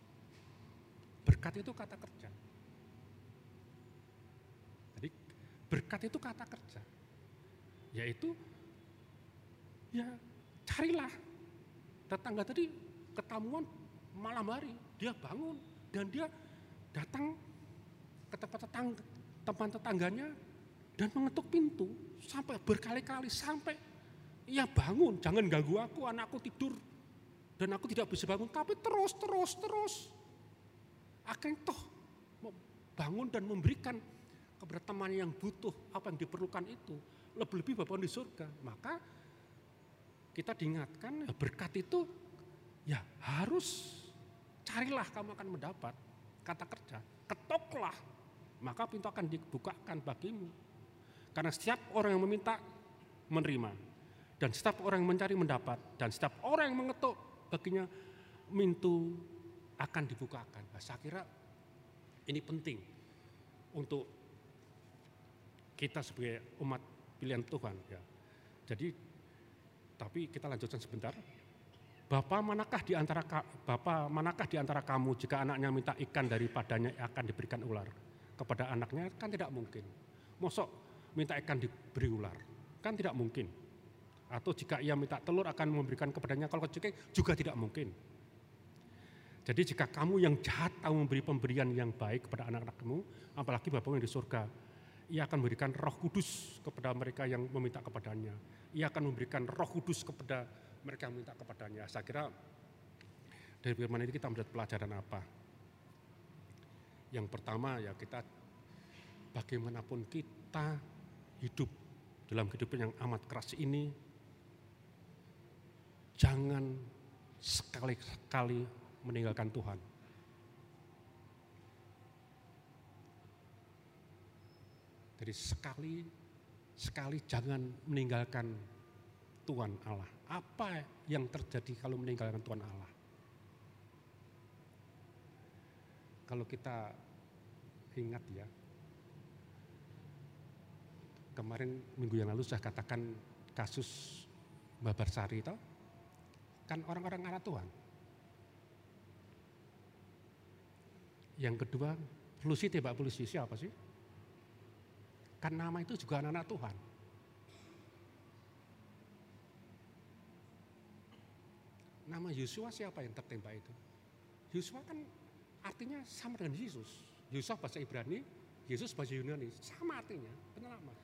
Speaker 1: Berkat itu kata kerja. Jadi berkat itu kata kerja. Yaitu ya carilah. Tetangga tadi ketamuan malam hari, dia bangun dan dia datang ke tempat tetangga, teman tetangganya dan mengetuk pintu sampai berkali-kali, sampai ia bangun, jangan ganggu aku, anakku tidur dan aku tidak bisa bangun, tapi terus terus terus akan toh bangun dan memberikan kepada teman yang butuh apa yang diperlukan itu, lebih-lebih Bapa di surga. Maka kita diingatkan ya, berkat itu ya harus carilah kamu akan mendapat, kata kerja, ketoklah maka pintu akan dibukakan bagimu. Karena setiap orang yang meminta menerima, dan setiap orang yang mencari mendapat, dan setiap orang yang mengetuk baginya pintu akan dibukakan. Nah, saya kira ini penting untuk kita sebagai umat pilihan Tuhan ya. Jadi tapi kita lanjutkan sebentar. Bapa manakah di antara Bapa manakah di antara kamu jika anaknya minta ikan daripadanya akan diberikan ular kepada anaknya? Kan tidak mungkin. Mosok minta ikan diberi ular? Kan tidak mungkin. Atau jika ia minta telur akan memberikan kepadanya kalau kecil juga tidak mungkin. Jadi jika kamu yang jahat tahu memberi pemberian yang baik kepada anak-anakmu, apalagi Bapamu yang di surga, ia akan memberikan Roh Kudus kepada mereka yang meminta kepadanya. Ia akan memberikan Roh Kudus kepada mereka yang minta kepadanya. Saya kira dari firman ini kita mendapat pelajaran apa? Yang pertama ya kita bagaimanapun kita hidup dalam kehidupan yang amat keras ini, jangan sekali-kali meninggalkan Tuhan. Jadi sekali sekali jangan meninggalkan Tuhan Allah. Apa yang terjadi kalau meninggalkan Tuhan Allah? Kalau kita ingat ya, kemarin minggu yang lalu saya katakan kasus Mbak Barsari itu, kan orang-orang anak Tuhan. Yang kedua, polisi tembak polisi, siapa sih? Kan nama itu juga anak-anak Tuhan. Nama Yosua siapa yang tertembak itu? Yosua kan artinya sama dengan Yesus. Yosua bahasa Ibrani, Yesus bahasa Yunani, sama artinya, penyelamat.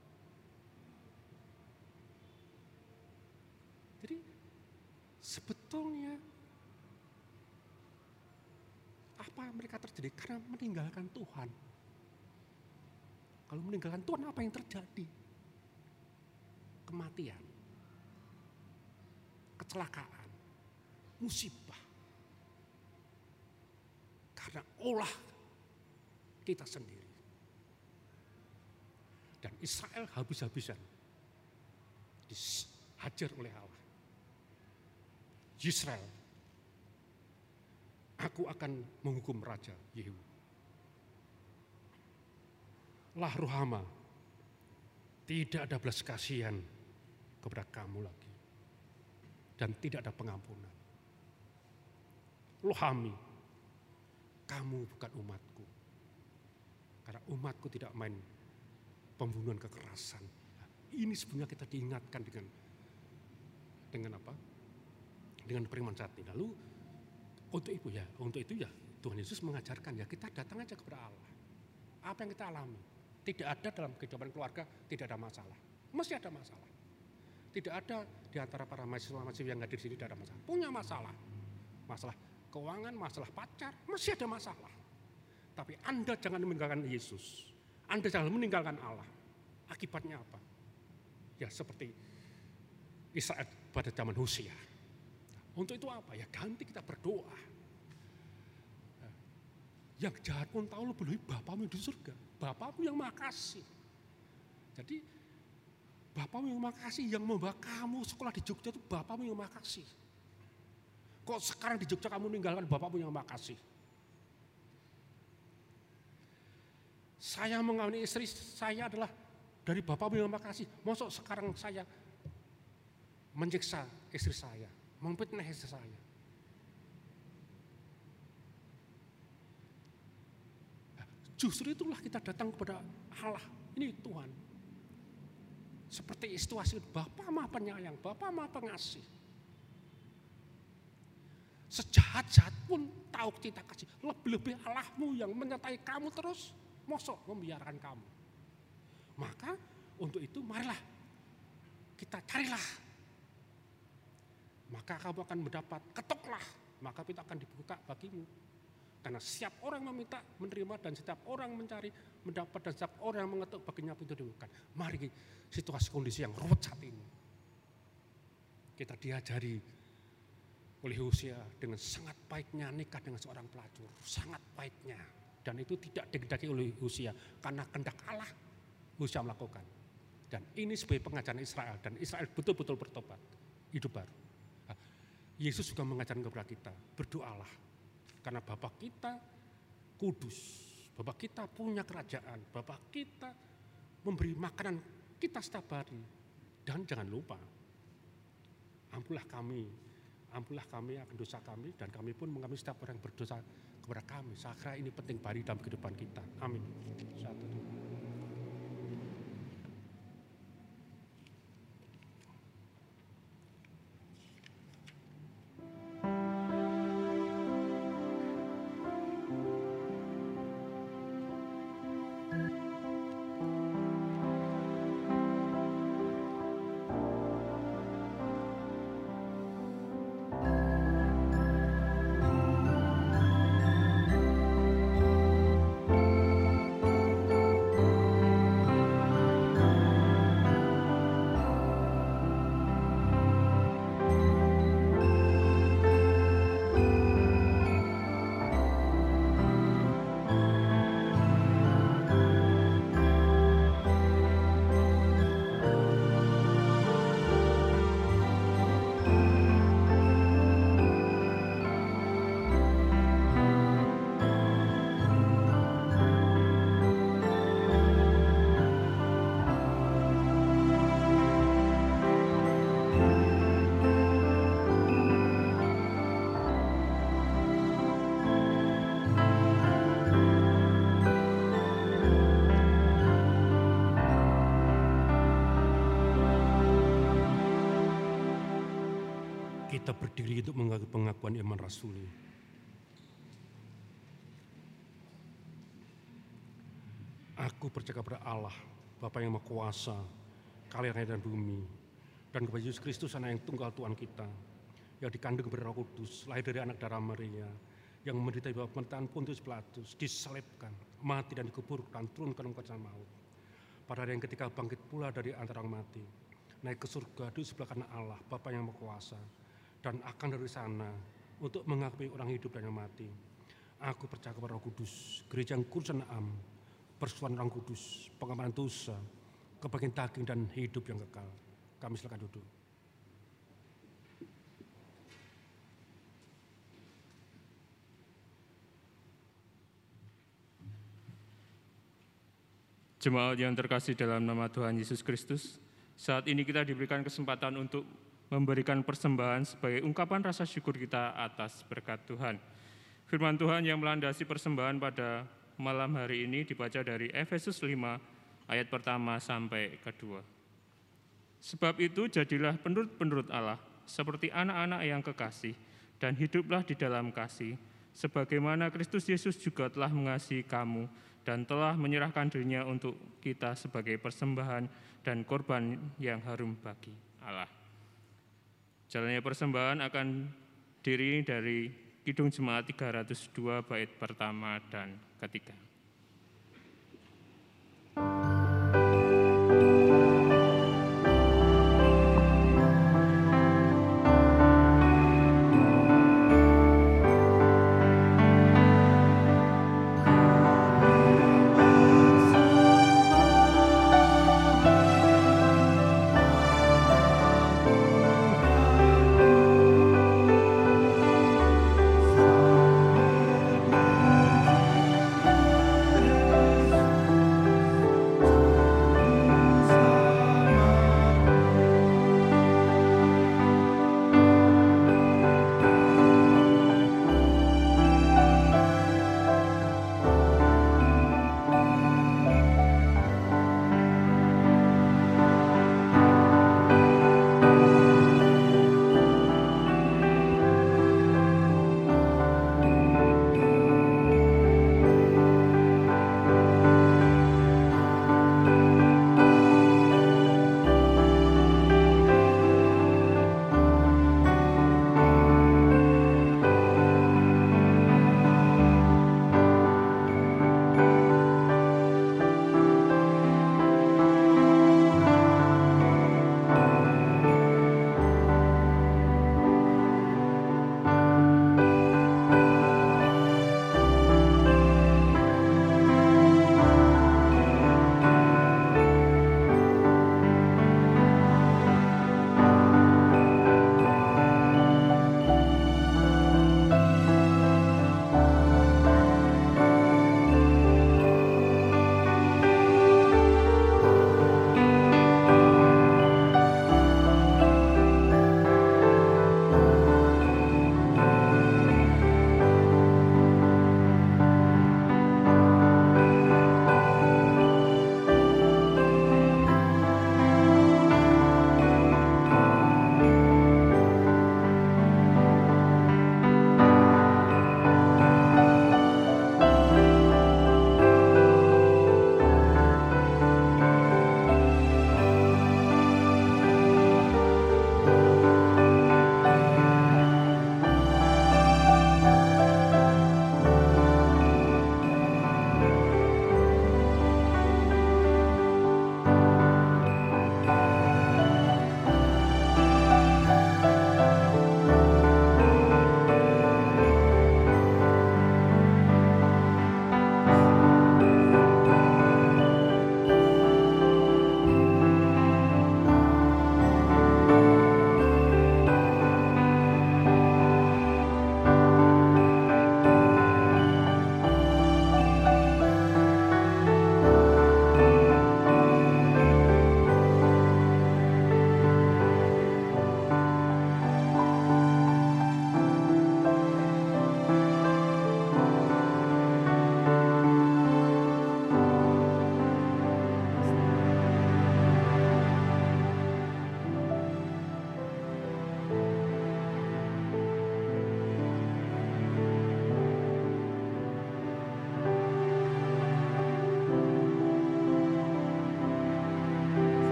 Speaker 1: Jadi sebetulnya apa mereka terjadi karena meninggalkan Tuhan. Kalau meninggalkan Tuhan apa yang terjadi? Kematian, kecelakaan, musibah. Karena olah kita sendiri. Dan Israel habis-habisan dihajar oleh Allah. Israel, aku akan menghukum Raja Yehu. Lah Ruhama, tidak ada belas kasihan kepada kamu lagi. Dan tidak ada pengampunan. Lohami, kamu bukan umatku. Karena umatku tidak main pembunuhan kekerasan. Nah, ini sebenarnya kita diingatkan dengan dengan apa? Dengan firman saat ini. Lalu untuk itu ya, untuk itu ya Tuhan Yesus mengajarkan ya kita datang aja kepada Allah. Apa yang kita alami? Tidak ada dalam kehidupan keluarga, tidak ada masalah. Mesti ada masalah. Tidak ada di antara para mahasiswa-mahasiswa yang hadir di sini tidak ada masalah. Punya masalah. Masalah keuangan, masalah pacar, mesti ada masalah. Tapi Anda jangan meninggalkan Yesus. Anda jangan meninggalkan Allah. Akibatnya apa? Ya seperti Israel pada zaman Hosea. Untuk itu apa? Ya ganti kita berdoa. Yang jahat pun tahu lebih Bapamu di surga. Bapamu yang makasih. Jadi Bapamu yang makasih, yang membawa kamu sekolah di Jogja itu Bapamu yang makasih. Kok sekarang di Jogja kamu meninggalkan Bapamu yang makasih? Saya mengawini istri saya adalah dari Bapamu yang makasih. Mosok sekarang saya menyiksa istri saya, memfitnah istri saya. Justru itulah kita datang kepada Allah Ini Tuhan. Seperti situasi Bapa Maha Penyayang, Bapa Maha Pengasih. Sejahat-jahat pun tahu cinta kasih. Lebih-lebih Allahmu yang menyertai kamu terus, mosok membiarkan kamu. Maka untuk itu marilah kita carilah. Maka kamu akan mendapat, ketoklah, maka pintu akan dibuka bagimu. Karena setiap orang meminta, menerima, dan setiap orang mencari, mendapat, dan setiap orang mengetuk baginya pintu dibuka. Mari situasi kondisi yang ruwet saat ini. Kita diajari oleh Hosea dengan sangat baiknya nikah dengan seorang pelacur. Sangat baiknya. Dan itu tidak dikehendaki oleh Hosea. Karena kehendak Allah, Hosea melakukan. Dan ini sebagai pengajaran Israel. Dan Israel betul-betul bertobat. Hidup baru. Nah, Yesus juga mengajarkan kepada kita, berdoalah. Karena Bapa kita kudus, Bapa kita punya kerajaan, Bapa kita memberi makanan kita setiap hari. Dan jangan lupa, ampunilah kami, ampunilah kami akan dosa kami, dan kami pun mengampuni setiap orang yang berdosa kepada kami. Saya kira ini penting bari dalam kehidupan kita. Amin. Satu. Kita berdiri untuk mengaku pengakuan iman rasuli. Aku percaya kepada Allah, Bapa yang Maha Kuasa, Kalian langit dan bumi, dan kepada Yesus Kristus, Anak yang tunggal Tuhan kita, yang dikandung dari Roh Kudus, lahir dari anak darah Maria, yang menderita di bawah pemerintahan Pontius Pilatus, disalibkan, mati dan dikuburkan, turun ke dalam kerajaan maut. Pada hari yang ketika bangkit pula dari antara orang mati, naik ke surga di sebelah kanan Allah, Bapa yang Maha Kuasa, dan akan dari sana untuk mengakui orang hidup dan yang mati. Aku percaya kepada Roh Kudus, gereja yang kudus dan am, persekutuan Orang Kudus, pengampunan dosa, kebahagiaan daging dan hidup yang kekal. Kami silakan duduk.
Speaker 4: Jemaat yang terkasih dalam nama Tuhan Yesus Kristus, saat ini kita diberikan kesempatan untuk memberikan persembahan sebagai ungkapan rasa syukur kita atas berkat Tuhan. Firman Tuhan yang melandasi persembahan pada malam hari ini dibaca dari Efesus lima ayat pertama sampai kedua. Sebab itu jadilah penurut-penurut Allah seperti anak-anak yang kekasih dan hiduplah di dalam kasih, sebagaimana Kristus Yesus juga telah mengasihi kamu dan telah menyerahkan dirinya untuk kita sebagai persembahan dan korban yang harum bagi Allah. Jalannya persembahan akan diri dari Kidung Jemaat tiga ratus dua bait pertama dan ketiga.
Speaker 5: Thank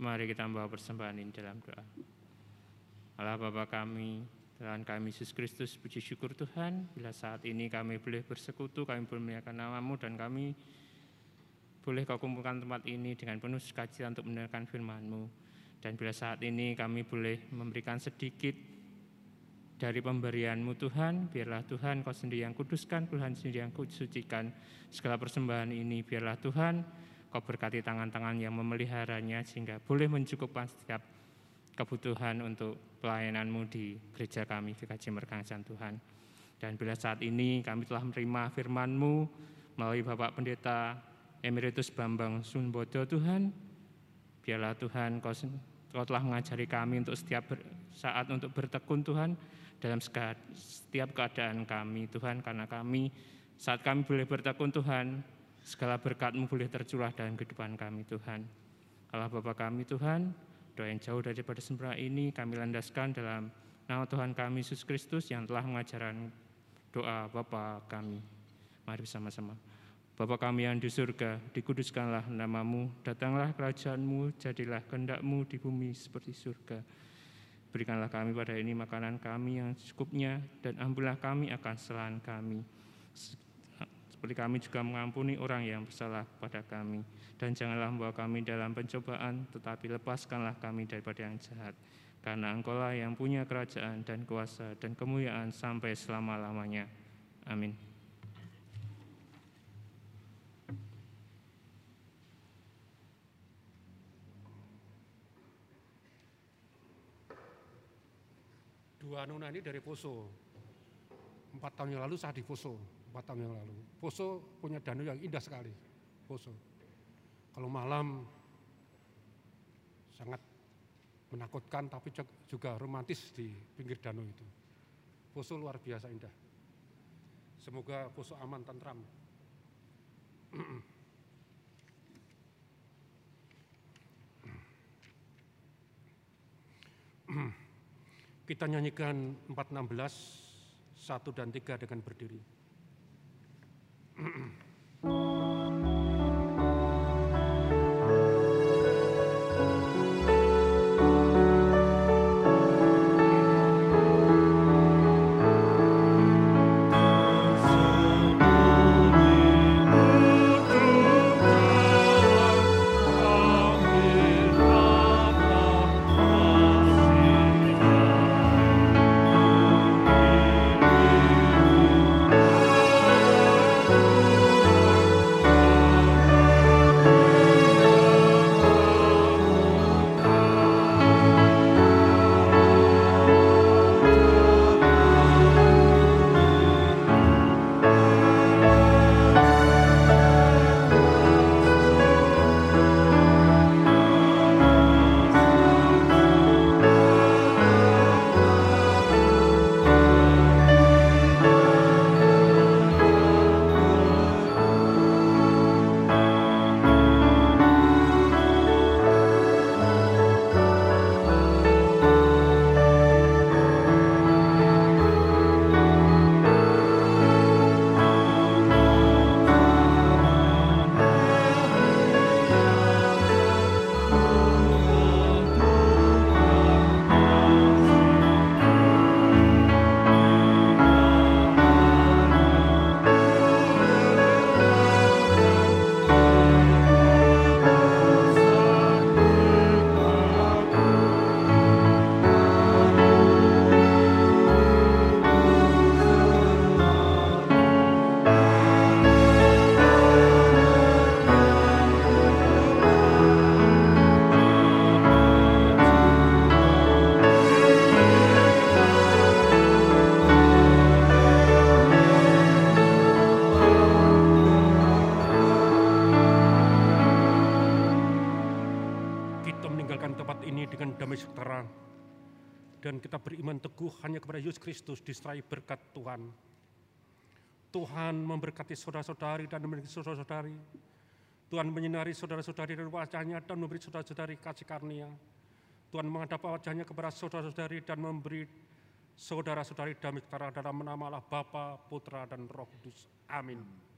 Speaker 4: Mari kita membawa persembahan ini dalam doa. Allah Bapa kami, Tuhan kami Yesus Kristus, puji syukur Tuhan, bila saat ini kami boleh bersekutu, kami boleh memuliakan nama-Mu, dan kami boleh Kau kumpulkan tempat ini dengan penuh sukacita untuk mendengarkan firman-Mu. Dan bila saat ini kami boleh memberikan sedikit dari pemberian-Mu Tuhan, biarlah Tuhan Kau sendiri yang kuduskan, Tuhan sendiri yang kusucikan segala persembahan ini. Biarlah Tuhan Kau berkati tangan-tangan yang memeliharanya sehingga boleh mencukupkan setiap kebutuhan untuk pelayanan-Mu di gereja kami, G K J Merkangsan Tuhan. Dan bila saat ini kami telah menerima firman-Mu melalui Bapak Pendeta Emeritus Bambang Sunbodo Tuhan, biarlah Tuhan Kau, Kau telah mengajari kami untuk setiap saat untuk bertekun Tuhan dalam setiap keadaan kami Tuhan, karena kami saat kami boleh bertekun Tuhan, segala berkat-Mu boleh tercurah dalam kehidupan kami Tuhan. Allah Bapa kami Tuhan, doa yang jauh daripada sembah ini kami landaskan dalam nama Tuhan kami Yesus Kristus yang telah mengajarkan doa Bapa kami. Mari bersama-sama. Bapa kami yang di surga, dikuduskanlah nama-Mu, datanglah kerajaan-Mu, jadilah kehendak-Mu di bumi seperti surga. Berikanlah kami pada ini makanan kami yang secukupnya, dan ampunilah kami akan kesalahan kami, seperti kami juga mengampuni orang yang bersalah kepada kami. Dan janganlah membawa kami dalam pencobaan, tetapi lepaskanlah kami daripada yang jahat. Karena Engkau-lah yang punya kerajaan dan kuasa dan kemuliaan sampai selama-lamanya. Amin.
Speaker 1: Dua nona ini dari Poso. Empat tahun yang lalu saya di Poso. Empat tahun yang lalu. Poso punya danau yang indah sekali. Poso. Kalau malam sangat menakutkan, tapi juga romantis di pinggir danau itu. Poso luar biasa indah. Semoga Poso aman, tentram. Kita nyanyikan empat enam belas, satu dan tiga dengan berdiri. Dan kita beriman teguh hanya kepada Yesus Kristus, disertai berkat Tuhan. Tuhan memberkati saudara-saudari dan memberkati saudara-saudari. Tuhan menyinari saudara-saudari dari wajahnya dan memberi saudara-saudari kasih karunia. Tuhan menghadap wajahnya kepada saudara-saudari dan memberi saudara-saudari damai sejahtera dalam nama Allah Bapa, Putra, dan Roh Kudus. Amin.